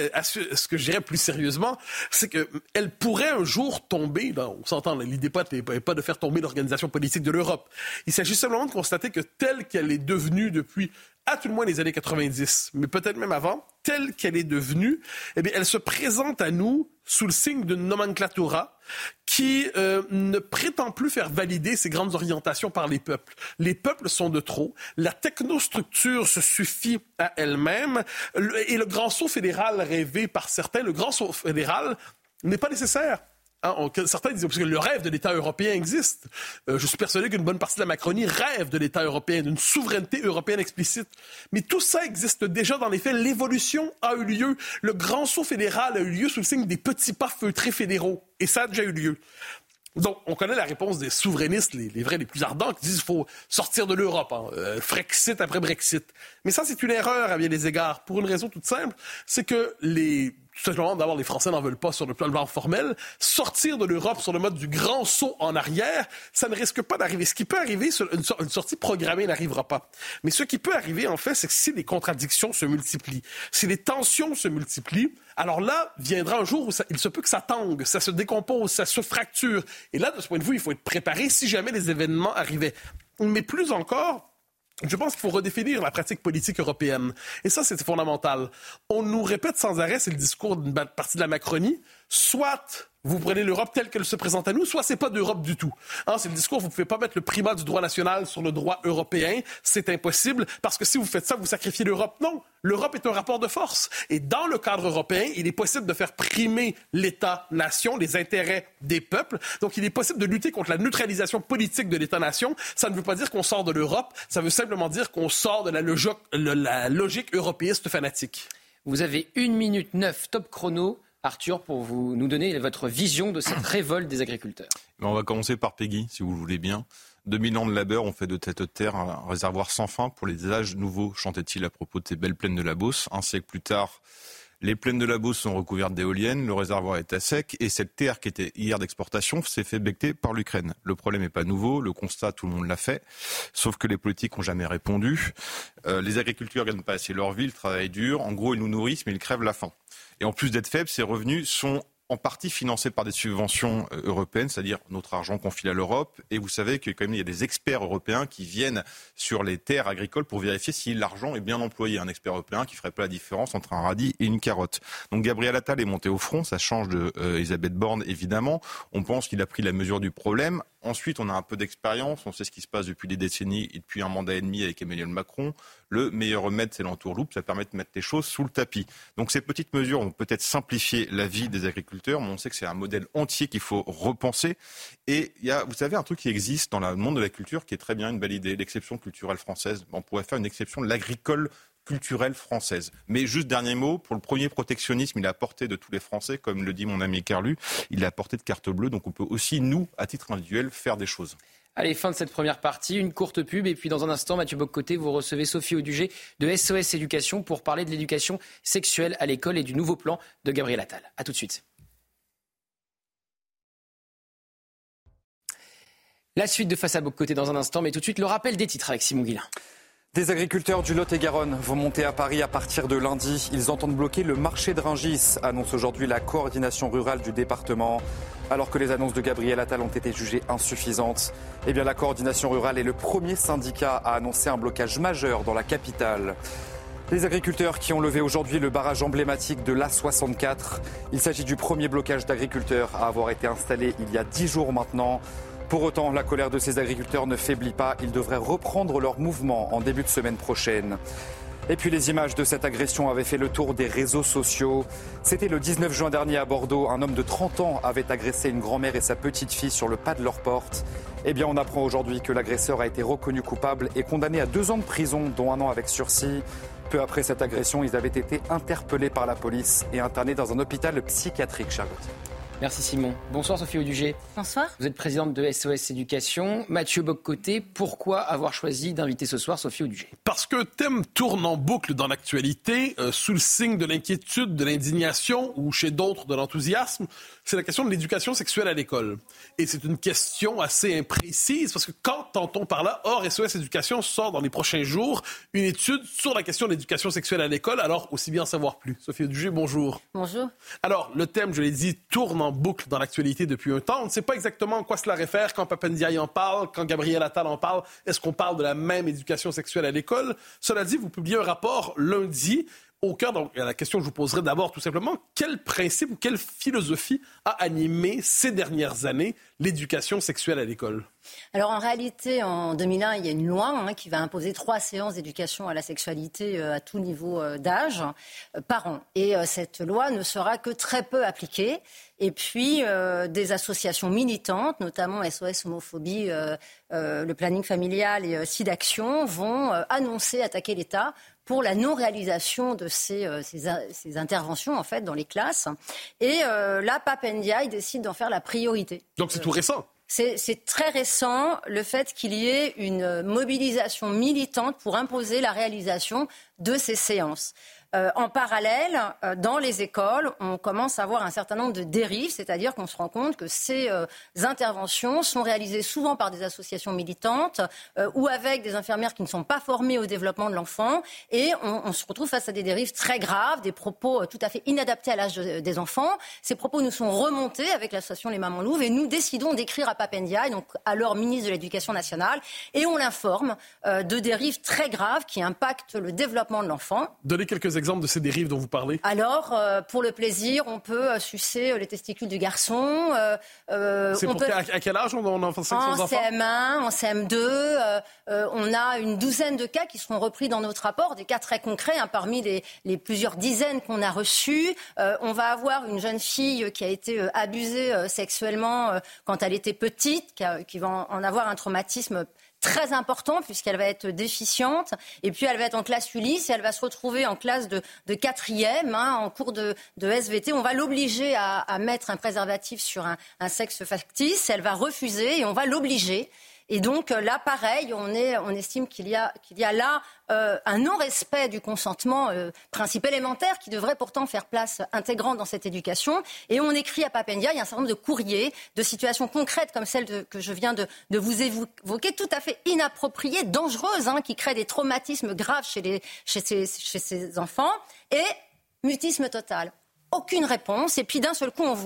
Speaker 3: ce que je dirais plus sérieusement, c'est qu'elle pourrait un jour tomber, on s'entend, l'idée n'est pas de faire tomber l'organisation politique de l'Europe. Il s'agit simplement de constater que telle qu'elle est devenue depuis, à tout le moins les années 90, mais peut-être même avant, telle qu'elle est devenue, eh bien, elle se présente à nous sous le signe d'une nomenclatura qui ne prétend plus faire valider ces grandes orientations par les peuples. Les peuples sont de trop, la technostructure se suffit à elle-même, et le grand saut fédéral rêvé par certains, le grand saut fédéral n'est pas nécessaire. Certains disent que le rêve de l'État européen existe. Je suis persuadé qu'une bonne partie de la Macronie rêve de l'État européen, d'une souveraineté européenne explicite. Mais tout ça existe déjà dans les faits. L'évolution a eu lieu. Le grand saut fédéral a eu lieu sous le signe des petits pas feutrés fédéraux. Et ça a déjà eu lieu. Donc, on connaît la réponse des souverainistes, les vrais, les plus ardents, qui disent qu'il faut sortir de l'Europe, Frexit après Brexit. Mais ça, c'est une erreur à bien des égards, pour une raison toute simple, c'est que tout simplement, d'abord, les Français n'en veulent pas sur le plan formel. Sortir de l'Europe sur le mode du grand saut en arrière, ça ne risque pas d'arriver. Ce qui peut arriver, une sortie programmée n'arrivera pas. Mais ce qui peut arriver, en fait, c'est que si les contradictions se multiplient, si les tensions se multiplient, alors là, viendra un jour où il se peut que ça tangue, ça se décompose, ça se fracture. Et là, de ce point de vue, il faut être préparé si jamais les événements arrivaient. Mais plus encore, je pense qu'il faut redéfinir la pratique politique européenne. Et ça, c'est fondamental. On nous répète sans arrêt, c'est le discours d'une partie de la Macronie, soit vous prenez l'Europe telle qu'elle se présente à nous, soit c'est pas d'Europe du tout. C'est le discours, vous pouvez pas mettre le primat du droit national sur le droit européen, c'est impossible, parce que si vous faites ça, vous sacrifiez l'Europe. Non, l'Europe est un rapport de force. Et dans le cadre européen, il est possible de faire primer l'État-nation, les intérêts des peuples. Donc, il est possible de lutter contre la neutralisation politique de l'État-nation. Ça ne veut pas dire qu'on sort de l'Europe, ça veut simplement dire qu'on sort de la logique européiste fanatique.
Speaker 2: Vous avez 1 minute 9, top chrono. Arthur, pour nous donner votre vision de cette révolte des agriculteurs.
Speaker 5: On va commencer par Peggy, si vous le voulez bien. 2000 ans de labeur ont fait de cette terre un réservoir sans fin pour les âges nouveaux, chantait-il à propos de ces belles plaines de la Beauce. Un siècle plus tard, les plaines de la Beauce sont recouvertes d'éoliennes, le réservoir est à sec et cette terre qui était hier d'exportation s'est fait becter par l'Ukraine. Le problème n'est pas nouveau, le constat tout le monde l'a fait, sauf que les politiques n'ont jamais répondu. Les agriculteurs ne gagnent pas assez leur vie, ils travaillent dur, en gros ils nous nourrissent mais ils crèvent la faim. Et en plus d'être faibles, ces revenus sont en partie financés par des subventions européennes, c'est-à-dire notre argent qu'on file à l'Europe. Et vous savez qu'il y a des experts européens qui viennent sur les terres agricoles pour vérifier si l'argent est bien employé. Un expert européen qui ne ferait pas la différence entre un radis et une carotte. Donc Gabriel Attal est monté au front, ça change de Elisabeth Borne évidemment. On pense qu'il a pris la mesure du problème. Ensuite, on a un peu d'expérience, on sait ce qui se passe depuis des décennies et depuis un mandat et demi avec Emmanuel Macron. Le meilleur remède, c'est l'entourloupe, ça permet de mettre les choses sous le tapis. Donc ces petites mesures vont peut-être simplifier la vie des agriculteurs, mais on sait que c'est un modèle entier qu'il faut repenser. Et il y a, vous savez, un truc qui existe dans le monde de la culture qui est très bien, une belle idée, l'exception culturelle française. On pourrait faire une exception de l'agricole culturelle française. Mais juste dernier mot, pour le premier protectionnisme, il est à portée de tous les Français, comme le dit mon ami Carlu, il est à portée de carte bleue, donc on peut aussi, nous, à titre individuel, faire des choses.
Speaker 2: Allez, fin de cette première partie, une courte pub et puis dans un instant, Mathieu Bock-Côté, vous recevez Sophie Audugé de SOS Éducation pour parler de l'éducation sexuelle à l'école et du nouveau plan de Gabriel Attal. A tout de suite. La suite de Face à Bock-Côté dans un instant, mais tout de suite le rappel des titres avec Simon Guillain.
Speaker 4: Des agriculteurs du Lot-et-Garonne vont monter à Paris à partir de lundi. Ils entendent bloquer le marché de Rungis, annonce aujourd'hui la coordination rurale du département. Alors que les annonces de Gabriel Attal ont été jugées insuffisantes, eh bien la coordination rurale est le premier syndicat à annoncer un blocage majeur dans la capitale. Les agriculteurs qui ont levé aujourd'hui le barrage emblématique de l'A64. Il s'agit du premier blocage d'agriculteurs à avoir été installé il y a 10 jours maintenant. Pour autant, la colère de ces agriculteurs ne faiblit pas. Ils devraient reprendre leur mouvement en début de semaine prochaine. Et puis les images de cette agression avaient fait le tour des réseaux sociaux. C'était le 19 juin dernier à Bordeaux. Un homme de 30 ans avait agressé une grand-mère et sa petite-fille sur le pas de leur porte. Eh bien, on apprend aujourd'hui que l'agresseur a été reconnu coupable et condamné à 2 ans de prison, dont 1 an avec sursis. Peu après cette agression, ils avaient été interpellés par la police et internés dans un hôpital psychiatrique, Charlotte.
Speaker 2: Merci Simon. Bonsoir Sophie Audugé.
Speaker 6: Bonsoir.
Speaker 2: Vous êtes présidente de SOS Éducation. Mathieu Bock-Côté, pourquoi avoir choisi d'inviter ce soir Sophie Audugé ?
Speaker 3: Parce qu'un thème tourne en boucle dans l'actualité, sous le signe de l'inquiétude, de l'indignation ou chez d'autres de l'enthousiasme, c'est la question de l'éducation sexuelle à l'école. Et c'est une question assez imprécise parce que qu'entend-on par là? Or, SOS Éducation sort dans les prochains jours une étude sur la question de l'éducation sexuelle à l'école. Alors, aussi bien en savoir plus. Sophie Audugé, bonjour.
Speaker 6: Bonjour. Alors,
Speaker 3: le thème, je l'ai dit, tourne en boucle dans l'actualité depuis un temps. On ne sait pas exactement à quoi cela réfère quand Pap Ndiaye en parle, quand Gabriel Attal en parle. Est-ce qu'on parle de la même éducation sexuelle à l'école? Cela dit, vous publiez un rapport lundi au cœur de la question que je vous poserai d'abord tout simplement. Quel principe ou quelle philosophie a animé ces dernières années l'éducation sexuelle à l'école?
Speaker 6: Alors en réalité, en 2001, il y a une loi qui va imposer 3 séances d'éducation à la sexualité à tout niveau d'âge par an. Et cette loi ne sera que très peu appliquée. Et puis, des associations militantes, notamment SOS Homophobie, le planning familial et SIDAction, vont annoncer, attaquer l'État pour la non-réalisation de ces interventions en fait dans les classes. Et là, Pap Ndiaye décide d'en faire la priorité.
Speaker 3: Donc c'est tout récent.
Speaker 6: C'est très récent le fait qu'il y ait une mobilisation militante pour imposer la réalisation de ces séances. En parallèle, dans les écoles, on commence à voir un certain nombre de dérives, c'est-à-dire qu'on se rend compte que ces interventions sont réalisées souvent par des associations militantes ou avec des infirmières qui ne sont pas formées au développement de l'enfant. Et on se retrouve face à des dérives très graves, des propos tout à fait inadaptés à l'âge des enfants. Ces propos nous sont remontés avec l'association Les Mamans Louves et nous décidons d'écrire à Pap Ndiaye, donc alors ministre de l'Éducation nationale, et on l'informe de dérives très graves qui impactent le développement de l'enfant.
Speaker 3: Donnez quelques exemples de ces dérives dont vous parlez.
Speaker 6: Alors, pour le plaisir, on peut sucer les testicules du garçon.
Speaker 3: C'est pour à quel âge on en fait ça avec son enfant?
Speaker 6: En CM1, en CM2. On a une douzaine de cas qui seront repris dans notre rapport, des cas très concrets, parmi les plusieurs dizaines qu'on a reçus. On va avoir une jeune fille qui a été abusée sexuellement quand elle était petite, qui va en avoir un traumatisme très important puisqu'elle va être déficiente et puis elle va être en classe Ulysse et elle va se retrouver en classe de 4e en cours de SVT. On va l'obliger à mettre un préservatif sur un sexe factice. Elle va refuser et on va l'obliger. Et donc là, pareil, on estime qu'il y a là un non-respect du consentement, principe élémentaire qui devrait pourtant faire place intégrante dans cette éducation. Et on écrit à Pap Ndiaye, il y a un certain nombre de courriers, de situations concrètes comme celle que je viens de vous évoquer, tout à fait inappropriées, dangereuses, qui créent des traumatismes graves chez ces enfants. Et mutisme total. Aucune réponse. Et puis d'un seul coup, on voit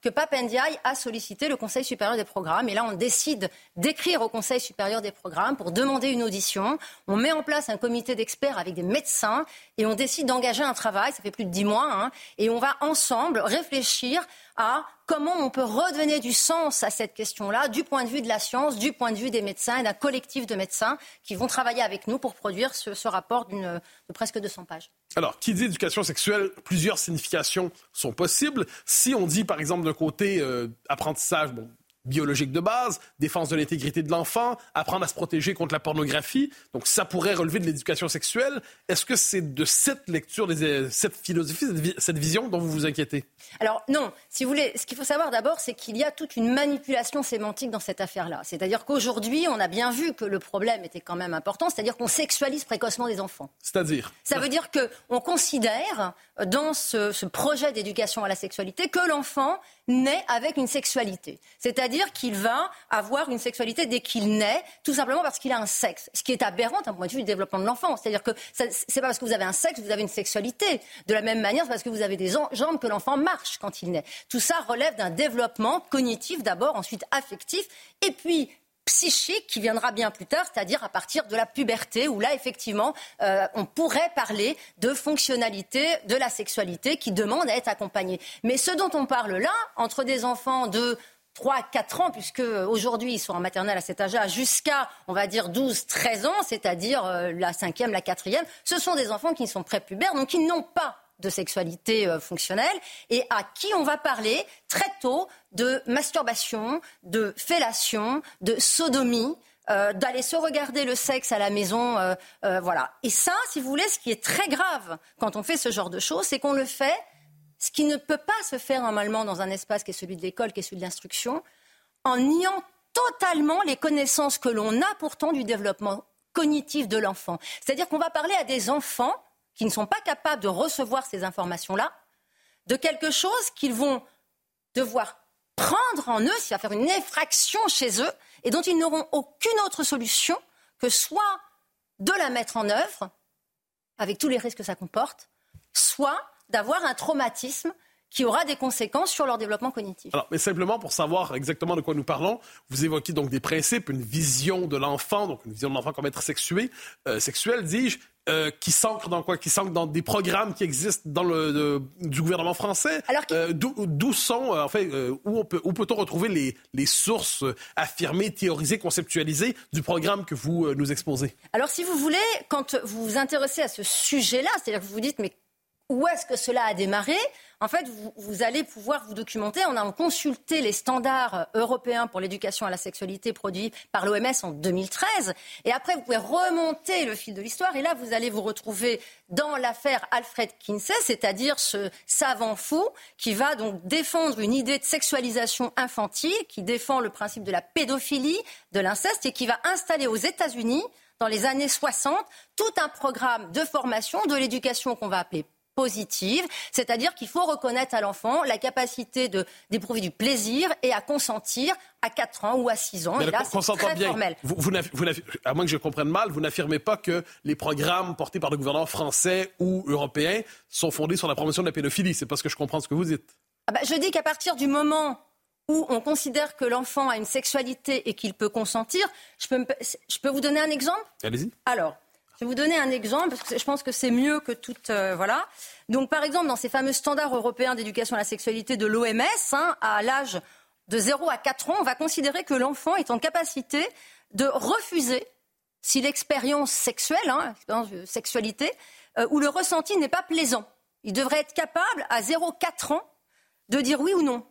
Speaker 6: que Pap Ndiaye a sollicité le Conseil supérieur des programmes. Et là, on décide d'écrire au Conseil supérieur des programmes pour demander une audition. On met en place un comité d'experts avec des médecins et on décide d'engager un travail, ça fait plus de 10 mois, et on va ensemble réfléchir à comment on peut redonner du sens à cette question-là, du point de vue de la science, du point de vue des médecins et d'un collectif de médecins qui vont travailler avec nous pour produire ce rapport de presque 200 pages.
Speaker 3: Alors, qui dit éducation sexuelle, plusieurs significations sont possibles. Si on dit, par exemple, d'un côté, apprentissage biologique de base, défense de l'intégrité de l'enfant, apprendre à se protéger contre la pornographie, donc ça pourrait relever de l'éducation sexuelle. Est-ce que c'est de cette lecture, cette philosophie, cette vision dont vous vous inquiétez? Alors non, si vous voulez, ce qu'il faut savoir d'abord, c'est qu'il y a toute une manipulation sémantique dans cette affaire-là. C'est-à-dire qu'aujourd'hui, on a bien vu que le problème était quand même important, c'est-à-dire qu'on sexualise précocement des enfants. C'est-à-dire? Ça veut dire qu'on considère dans ce projet d'éducation à la sexualité que l'enfant naît avec une sexualité. C'est-à-dire qu'il va avoir une sexualité dès qu'il naît, tout simplement parce qu'il a un sexe. Ce qui est aberrant d'un point de vue du développement de l'enfant. C'est-à-dire que c'est pas parce que vous avez un sexe que vous avez une sexualité. De la même manière, c'est parce que vous avez des jambes que l'enfant marche quand il naît. Tout ça relève d'un développement cognitif d'abord, ensuite affectif, et puis psychique qui viendra bien plus tard, c'est-à-dire à partir de la puberté, où là, effectivement, on pourrait parler de fonctionnalité de la sexualité qui demande à être accompagnée. Mais ce dont on parle là, entre des enfants de 3-4 ans, puisque aujourd'hui ils sont en maternelle à cet âge-là, jusqu'à, on va dire, 12-13 ans, c'est-à-dire la 5e, la 4e, ce sont des enfants qui sont prépubères, donc qui n'ont pas de sexualité fonctionnelle et à qui on va parler très tôt de masturbation, de fellation, de sodomie, d'aller se regarder le sexe à la maison, voilà. Et ça, si vous voulez, ce qui est très grave quand on fait ce genre de choses, c'est qu'on le fait, ce qui ne peut pas se faire normalement dans un espace qui est celui de l'école, qui est celui de l'instruction, en niant totalement les connaissances que l'on a pourtant du développement cognitif de l'enfant. C'est-à-dire qu'on va parler à des enfants qui ne sont pas capables de recevoir ces informations-là, de quelque chose qu'ils vont devoir prendre en eux, ça va faire une effraction chez eux, et dont ils n'auront aucune autre solution que soit de la mettre en œuvre, avec tous les risques que ça comporte, soit d'avoir un traumatisme qui aura des conséquences sur leur développement cognitif. Alors, mais simplement pour savoir exactement de quoi nous parlons, vous évoquez donc des principes, une vision de l'enfant, donc une vision de l'enfant comme être sexuel, dis-je, qui s'ancre dans quoi? Qui s'ancre dans des programmes qui existent dans du gouvernement français. Alors, d'où sont, où peut-on retrouver les sources affirmées, théorisées, conceptualisées du programme que vous nous exposez? Alors, si vous voulez, quand vous vous intéressez à ce sujet-là, c'est-à-dire que vous vous dites, mais où est-ce que cela a démarré? En fait, vous allez pouvoir vous documenter en allant consulter les standards européens pour l'éducation à la sexualité produits par l'OMS en 2013. Et après, vous pouvez remonter le fil de l'histoire. Et là, vous allez vous retrouver dans l'affaire Alfred Kinsey, c'est-à-dire ce savant fou qui va donc défendre une idée de sexualisation infantile, qui défend le principe de la pédophilie, de l'inceste, et qui va installer aux États-Unis, dans les années 60, tout un programme de formation de l'éducation qu'on va appeler positive, c'est-à-dire qu'il faut reconnaître à l'enfant la capacité d'éprouver du plaisir et à consentir à 4 ans ou à 6 ans. Mais et là, c'est très formel. À moins que je comprenne mal, vous n'affirmez pas que les programmes portés par le gouvernement français ou européen sont fondés sur la promotion de la pédophilie. C'est pas ce que je comprends ce que vous dites. Je dis qu'à partir du moment où on considère que l'enfant a une sexualité et qu'il peut consentir, je peux vous donner un exemple ? Allez-y. Alors, je vais vous donner un exemple, parce que je pense que c'est mieux que toute... voilà. Donc, par exemple, dans ces fameux standards européens d'éducation à la sexualité de l'OMS, à l'âge de 0 à 4 ans, on va considérer que l'enfant est en capacité de refuser, si l'expérience sexuelle, l'expérience de sexualité, où le ressenti n'est pas plaisant. Il devrait être capable, à 0-4 ans, de dire oui ou non.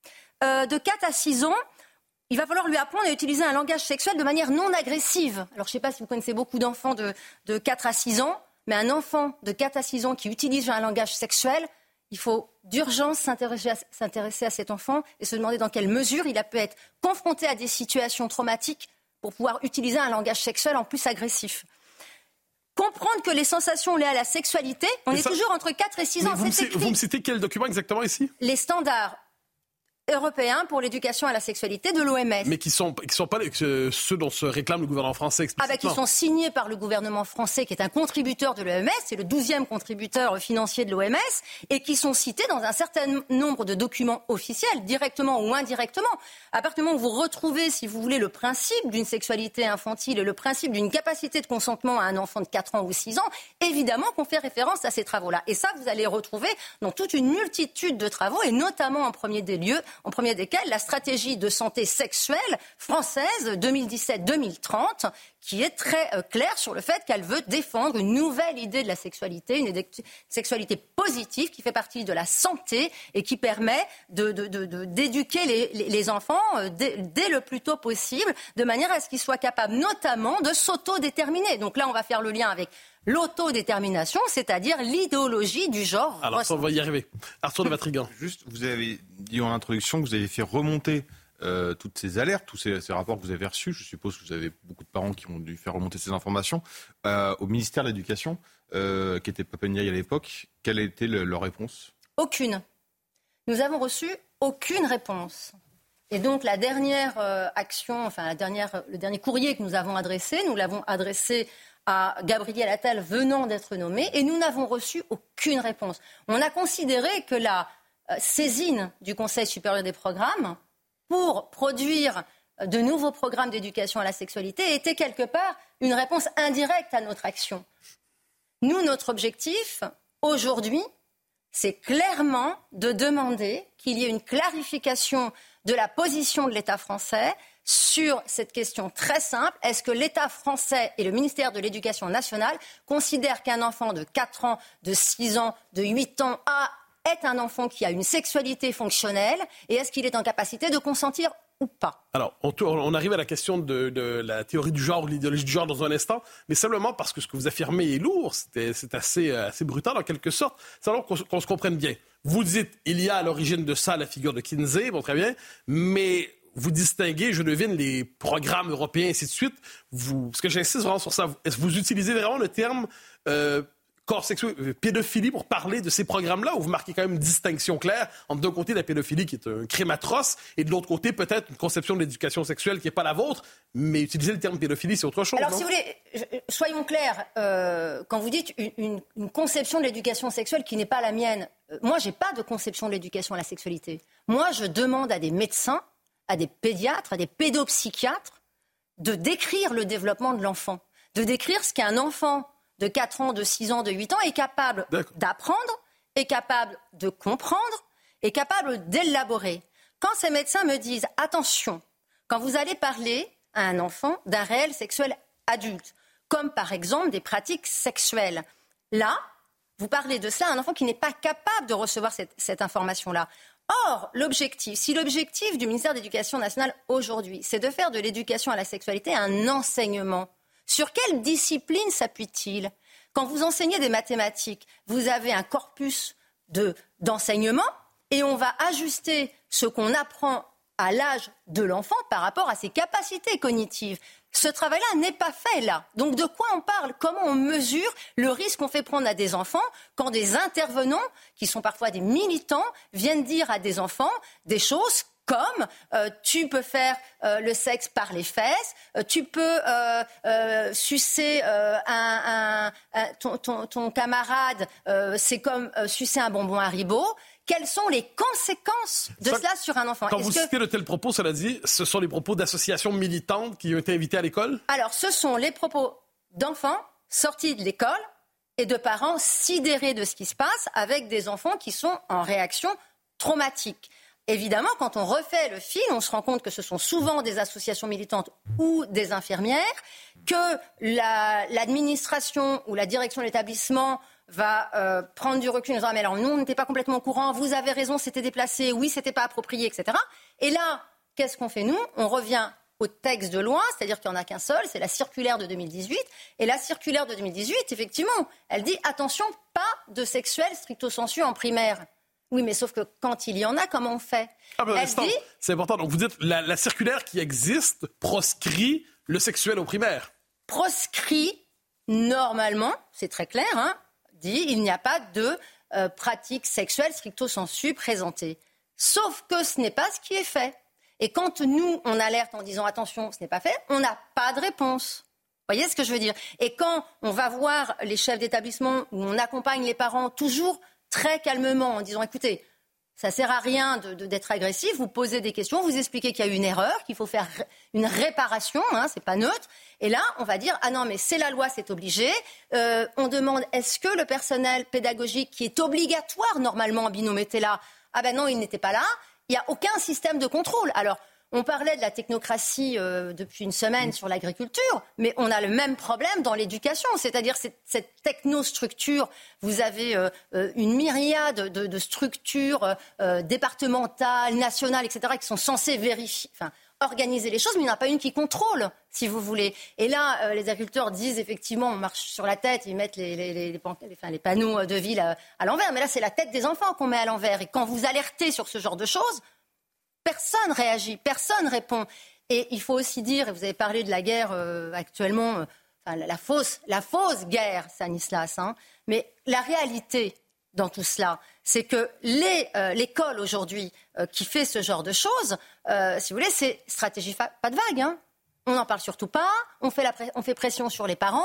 Speaker 3: De 4 à 6 ans, il va falloir lui apprendre à utiliser un langage sexuel de manière non agressive. Alors, je ne sais pas si vous connaissez beaucoup d'enfants de 4 à 6 ans, mais un enfant de 4 à 6 ans qui utilise un langage sexuel, il faut d'urgence s'intéresser à cet enfant et se demander dans quelle mesure il a pu être confronté à des situations traumatiques pour pouvoir utiliser un langage sexuel en plus agressif. Comprendre que les sensations liées à la sexualité, on est toujours entre 4 et 6 ans. Vous me citez quel document exactement ici ?
Speaker 6: Les standards européen pour l'éducation à la sexualité de l'OMS.
Speaker 3: Mais qui sont pas ceux dont se réclame le gouvernement français explicitement.
Speaker 6: Qui sont signés par le gouvernement français, qui est un contributeur de l'OMS, c'est le 12e contributeur financier de l'OMS, et qui sont cités dans un certain nombre de documents officiels, directement ou indirectement. À partir du moment où vous retrouvez, si vous voulez, le principe d'une sexualité infantile et le principe d'une capacité de consentement à un enfant de 4 ans ou 6 ans, évidemment qu'on fait référence à ces travaux-là. Et ça, vous allez retrouver dans toute une multitude de travaux, et notamment en premier desquels, la stratégie de santé sexuelle française 2017-2030, qui est très claire sur le fait qu'elle veut défendre une nouvelle idée de la sexualité, une sexualité positive qui fait partie de la santé et qui permet d'éduquer les enfants dès le plus tôt possible, de manière à ce qu'ils soient capables notamment de s'autodéterminer. Donc là, on va faire le lien avec l'autodétermination, c'est-à-dire l'idéologie du genre.
Speaker 3: Alors ça, on va y arriver. Arthur de Vatrigan.
Speaker 5: Juste, vous avez dit en introduction que vous avez fait remonter toutes ces alertes, tous ces rapports que vous avez reçus. Je suppose que vous avez beaucoup de parents qui ont dû faire remonter ces informations au ministère de l'Éducation, qui était Papendiaï à l'époque. Quelle a été leur réponse ?
Speaker 6: Aucune. Nous avons reçu aucune réponse. Et donc la dernière le dernier courrier que nous avons adressé, nous l'avons adressé à Gabriel Attal venant d'être nommé, et nous n'avons reçu aucune réponse. On a considéré que la saisine du Conseil supérieur des programmes pour produire de nouveaux programmes d'éducation à la sexualité était quelque part une réponse indirecte à notre action. Nous, notre objectif, aujourd'hui, c'est clairement de demander qu'il y ait une clarification de la position de l'État français sur cette question très simple. Est-ce que l'État français et le ministère de l'Éducation nationale considèrent qu'un enfant de 4 ans, de 6 ans, de 8 ans est un enfant qui a une sexualité fonctionnelle, et est-ce qu'il est en capacité de consentir ou pas?
Speaker 3: Alors, on arrive à la question de la théorie du genre ou l'idéologie du genre dans un instant, mais simplement parce que ce que vous affirmez est lourd, c'est assez brutal en quelque sorte. C'est alors qu'on se comprenne bien. Vous dites, il y a à l'origine de ça la figure de Kinsey, bon, très bien, mais vous distinguez, je devine, les programmes européens, et ainsi de suite. Parce que j'insiste vraiment sur ça, vous utilisez vraiment le terme corps sexuel, pédophilie pour parler de ces programmes-là, où vous marquez quand même une distinction claire entre d'un côté la pédophilie qui est un crime atroce et de l'autre côté peut-être une conception de l'éducation sexuelle qui n'est pas la vôtre, mais utiliser le terme pédophilie c'est autre chose.
Speaker 6: Alors
Speaker 3: non?
Speaker 6: si vous voulez, soyons clairs, quand vous dites une conception de l'éducation sexuelle qui n'est pas la mienne, moi j'ai pas de conception de l'éducation à la sexualité. Moi je demande à des médecins, à des pédiatres, à des pédopsychiatres de décrire le développement de l'enfant, de décrire ce qu'un enfant de 4 ans, de 6 ans, de 8 ans est capable d'apprendre, est capable de comprendre, est capable d'élaborer. Quand ces médecins me disent « Attention, quand vous allez parler à un enfant d'un réel sexuel adulte, comme par exemple des pratiques sexuelles, là, vous parlez de cela à un enfant qui n'est pas capable de recevoir cette information-là. » Or, si l'objectif du ministère de l'Éducation nationale aujourd'hui, c'est de faire de l'éducation à la sexualité un enseignement, sur quelle discipline s'appuie-t-il ? Quand vous enseignez des mathématiques, vous avez un corpus d'enseignement et on va ajuster ce qu'on apprend à l'âge de l'enfant par rapport à ses capacités cognitives. Ce travail-là n'est pas fait là. Donc de quoi on parle ? Comment on mesure le risque qu'on fait prendre à des enfants quand des intervenants, qui sont parfois des militants, viennent dire à des enfants des choses comme tu peux faire le sexe par les fesses, tu peux sucer ton camarade, c'est comme sucer un bonbon Haribo. Quelles sont les conséquences de cela sur un enfant ?
Speaker 3: Quand vous citez de tels propos, cela dit, ce sont les propos d'associations militantes qui ont été invitées à l'école ?
Speaker 6: Alors, ce sont les propos d'enfants sortis de l'école et de parents sidérés de ce qui se passe avec des enfants qui sont en réaction traumatique. Évidemment, quand on refait le film, on se rend compte que ce sont souvent des associations militantes ou des infirmières, que l'administration ou la direction de l'établissement va prendre du recul en disant « mais alors nous, on n'était pas complètement au courant, vous avez raison, c'était déplacé, oui, c'était pas approprié, etc. » Et là, qu'est-ce qu'on fait nous ? On revient au texte de loi, c'est-à-dire qu'il n'y en a qu'un seul, c'est la circulaire de 2018. Et la circulaire de 2018, effectivement, elle dit « attention, pas de sexuel stricto sensu en primaire ». Oui, mais sauf que quand il y en a, comment on fait ?
Speaker 3: C'est important. Donc vous dites la circulaire qui existe proscrit le sexuel au primaire.
Speaker 6: Proscrit, normalement, c'est très clair, dit il n'y a pas de pratique sexuelle stricto sensu présentée. Sauf que ce n'est pas ce qui est fait. Et quand nous, on alerte en disant attention, ce n'est pas fait, on n'a pas de réponse. Vous voyez ce que je veux dire ? Et quand on va voir les chefs d'établissement, où on accompagne les parents toujours très calmement en disant écoutez, ça ne sert à rien d'être agressif, vous posez des questions, vous expliquez qu'il y a eu une erreur, qu'il faut faire une réparation, c'est pas neutre. Et là, on va dire ah non, mais c'est la loi, c'est obligé. On demande est-ce que le personnel pédagogique qui est obligatoire normalement en binôme était là ? Ah ben non, il n'était pas là. Il n'y a aucun système de contrôle. Alors, on parlait de la technocratie depuis une semaine sur l'agriculture, mais on a le même problème dans l'éducation. C'est-à-dire cette technostructure, vous avez une myriade de structures départementales, nationales, etc., qui sont censées organiser les choses, mais il n'y en a pas une qui contrôle, si vous voulez. Et là, les agriculteurs disent effectivement, on marche sur la tête, ils mettent les panneaux de ville à l'envers. Mais là, c'est la tête des enfants qu'on met à l'envers. Et quand vous alertez sur ce genre de choses, personne réagit, personne répond. Et il faut aussi dire, et vous avez parlé de la guerre actuellement, la fausse guerre, Stanislas, mais la réalité dans tout cela, c'est que l'école aujourd'hui qui fait ce genre de choses, si vous voulez, c'est stratégie pas de vague. On n'en parle surtout pas, on fait pression sur les parents.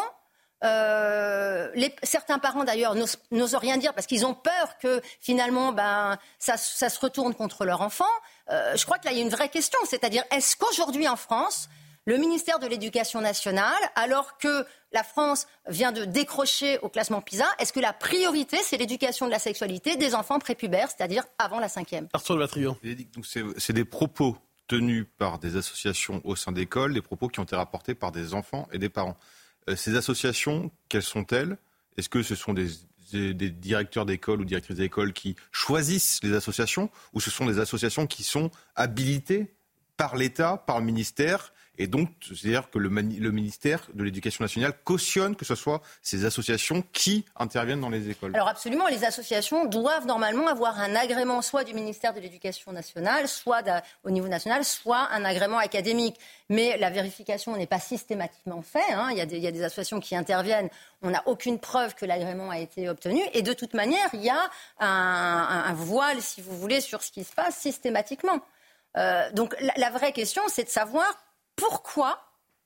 Speaker 6: Certains parents d'ailleurs n'osent rien dire parce qu'ils ont peur que finalement ça se retourne contre leur enfant. Je crois que là il y a une vraie question, c'est-à-dire est-ce qu'aujourd'hui en France, le ministère de l'Éducation nationale, alors que la France vient de décrocher au classement PISA, est-ce que la priorité c'est l'éducation de la sexualité des enfants prépubères, c'est-à-dire avant la 5e ?
Speaker 3: Arthur de Vatrigan.
Speaker 5: Donc c'est des propos tenus par des associations au sein d'écoles, des propos qui ont été rapportés par des enfants et des parents. Ces associations, quelles sont-elles ? Est-ce que ce sont des directeurs d'école ou directrices d'école qui choisissent les associations, ou ce sont des associations qui sont habilitées par l'État, par le ministère ? Et donc, c'est-à-dire que le ministère de l'Éducation nationale cautionne que ce soit ces associations qui interviennent dans les écoles.
Speaker 6: Alors absolument, les associations doivent normalement avoir un agrément soit du ministère de l'Éducation nationale, soit au niveau national, soit un agrément académique. Mais la vérification n'est pas systématiquement faite. Il y a des associations qui interviennent. On n'a aucune preuve que l'agrément a été obtenu. Et de toute manière, il y a un voile, si vous voulez, sur ce qui se passe systématiquement. Donc la vraie question, c'est de savoir pourquoi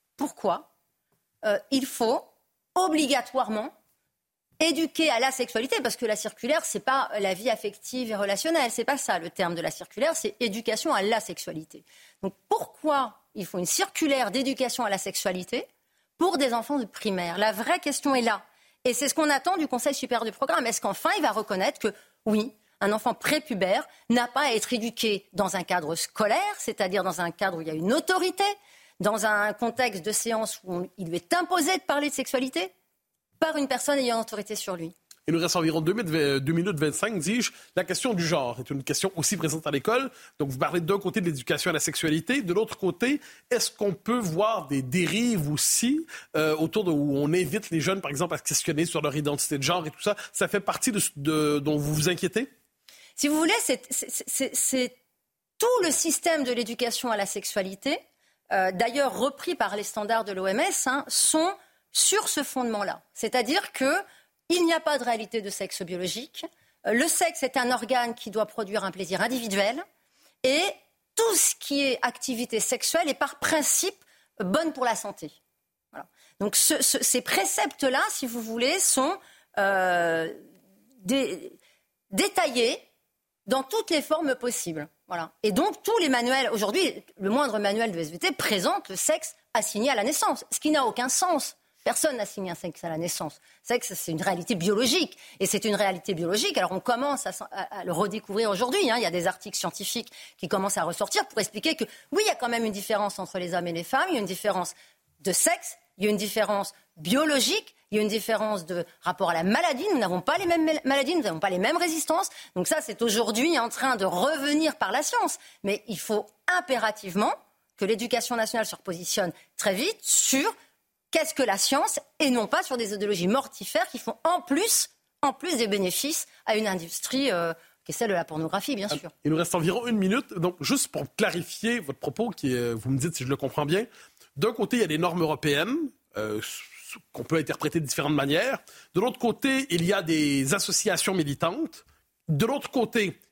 Speaker 6: il faut obligatoirement éduquer à la sexualité, parce que la circulaire, c'est pas la vie affective et relationnelle, c'est pas ça le terme de la circulaire, c'est éducation à la sexualité. Donc pourquoi il faut une circulaire d'éducation à la sexualité pour des enfants de primaire ? La vraie question est là. Et c'est ce qu'on attend du Conseil supérieur du programme. Est-ce qu'enfin il va reconnaître que oui, un enfant prépubère n'a pas à être éduqué dans un cadre scolaire, c'est-à-dire dans un cadre où il y a une autorité, dans un contexte de séance où il lui est imposé de parler de sexualité par une personne ayant autorité sur lui.
Speaker 3: Il nous reste environ 2 minutes 25, dis-je. La question du genre est une question aussi présente à l'école. Donc, vous parlez d'un côté de l'éducation à la sexualité. De l'autre côté, est-ce qu'on peut voir des dérives aussi autour où on invite les jeunes, par exemple, à se questionner sur leur identité de genre et tout ça? Ça fait partie dont vous vous inquiétez?
Speaker 6: Si vous voulez, c'est tout le système de l'éducation à la sexualité, d'ailleurs repris par les standards de l'OMS, sont sur ce fondement-là. C'est-à-dire qu'il n'y a pas de réalité de sexe biologique. Le sexe est un organe qui doit produire un plaisir individuel. Et tout ce qui est activité sexuelle est par principe bonne pour la santé. Voilà. Donc ces préceptes-là, si vous voulez, sont détaillés dans toutes les formes possibles. Voilà. Et donc, tous les manuels, aujourd'hui, le moindre manuel de SVT présente le sexe assigné à la naissance, ce qui n'a aucun sens. Personne n'assigne un sexe à la naissance. Sexe, c'est une réalité biologique. Et c'est une réalité biologique. Alors, on commence à le redécouvrir aujourd'hui. Il y a des articles scientifiques qui commencent à ressortir pour expliquer que, oui, il y a quand même une différence entre les hommes et les femmes. Il y a une différence de sexe. Il y a une différence biologique. Il y a une différence de rapport à la maladie. Nous n'avons pas les mêmes maladies, nous n'avons pas les mêmes résistances. Donc ça, c'est aujourd'hui en train de revenir par la science. Mais il faut impérativement que l'éducation nationale se repositionne très vite sur qu'est-ce que la science et non pas sur des idéologies mortifères qui font en plus des bénéfices à une industrie qui est celle de la pornographie, bien sûr.
Speaker 3: Il nous reste environ 1 minute. Donc, juste pour clarifier votre propos, vous me dites si je le comprends bien. D'un côté, il y a des normes européennes qu'on peut interpréter de différentes manières. De l'autre côté, il y a des associations militantes. De l'autre côté,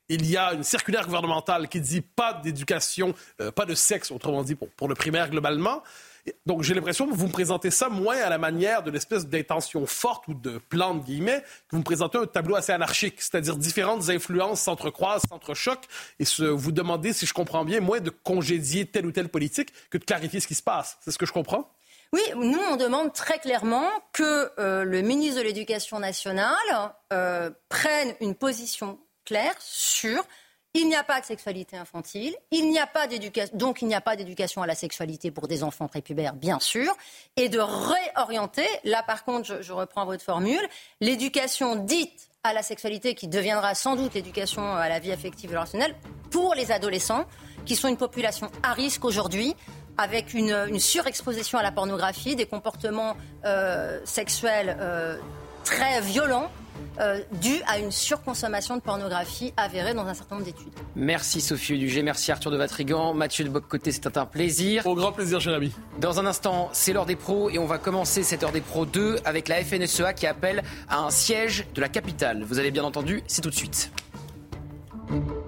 Speaker 3: il y a une circulaire gouvernementale qui dit pas d'éducation, pas de sexe, autrement dit, pour le primaire globalement. Donc, j'ai l'impression que vous me présentez ça moins à la manière de l'espèce d'intention forte ou de plan, de guillemets, que vous me présentez un tableau assez anarchique, c'est-à-dire différentes influences s'entrecroisent, s'entrechoquent, et vous demandez, si je comprends bien, moins de congédier telle ou telle politique que de clarifier ce qui se passe. C'est ce que je comprends?
Speaker 6: Oui, nous, on demande très clairement que le ministre de l'Éducation nationale prenne une position claire sur... Il n'y a pas de sexualité infantile, donc il n'y a pas d'éducation à la sexualité pour des enfants prépubères, bien sûr, et de réorienter, là par contre, je reprends votre formule, l'éducation dite à la sexualité qui deviendra sans doute l'éducation à la vie affective et relationnelle pour les adolescents, qui sont une population à risque aujourd'hui, avec une surexposition à la pornographie, des comportements sexuels très violents, dû à une surconsommation de pornographie avérée dans un certain nombre d'études.
Speaker 2: Merci Sophie Audugé, merci Arthur de Vatrigan, Mathieu de Bock-Côté, c'était un plaisir.
Speaker 3: Au grand plaisir, cher ami.
Speaker 2: Dans un instant, c'est l'heure des pros et on va commencer cette heure des pros 2 avec la FNSEA qui appelle à un siège de la capitale. Vous avez bien entendu, c'est tout de suite.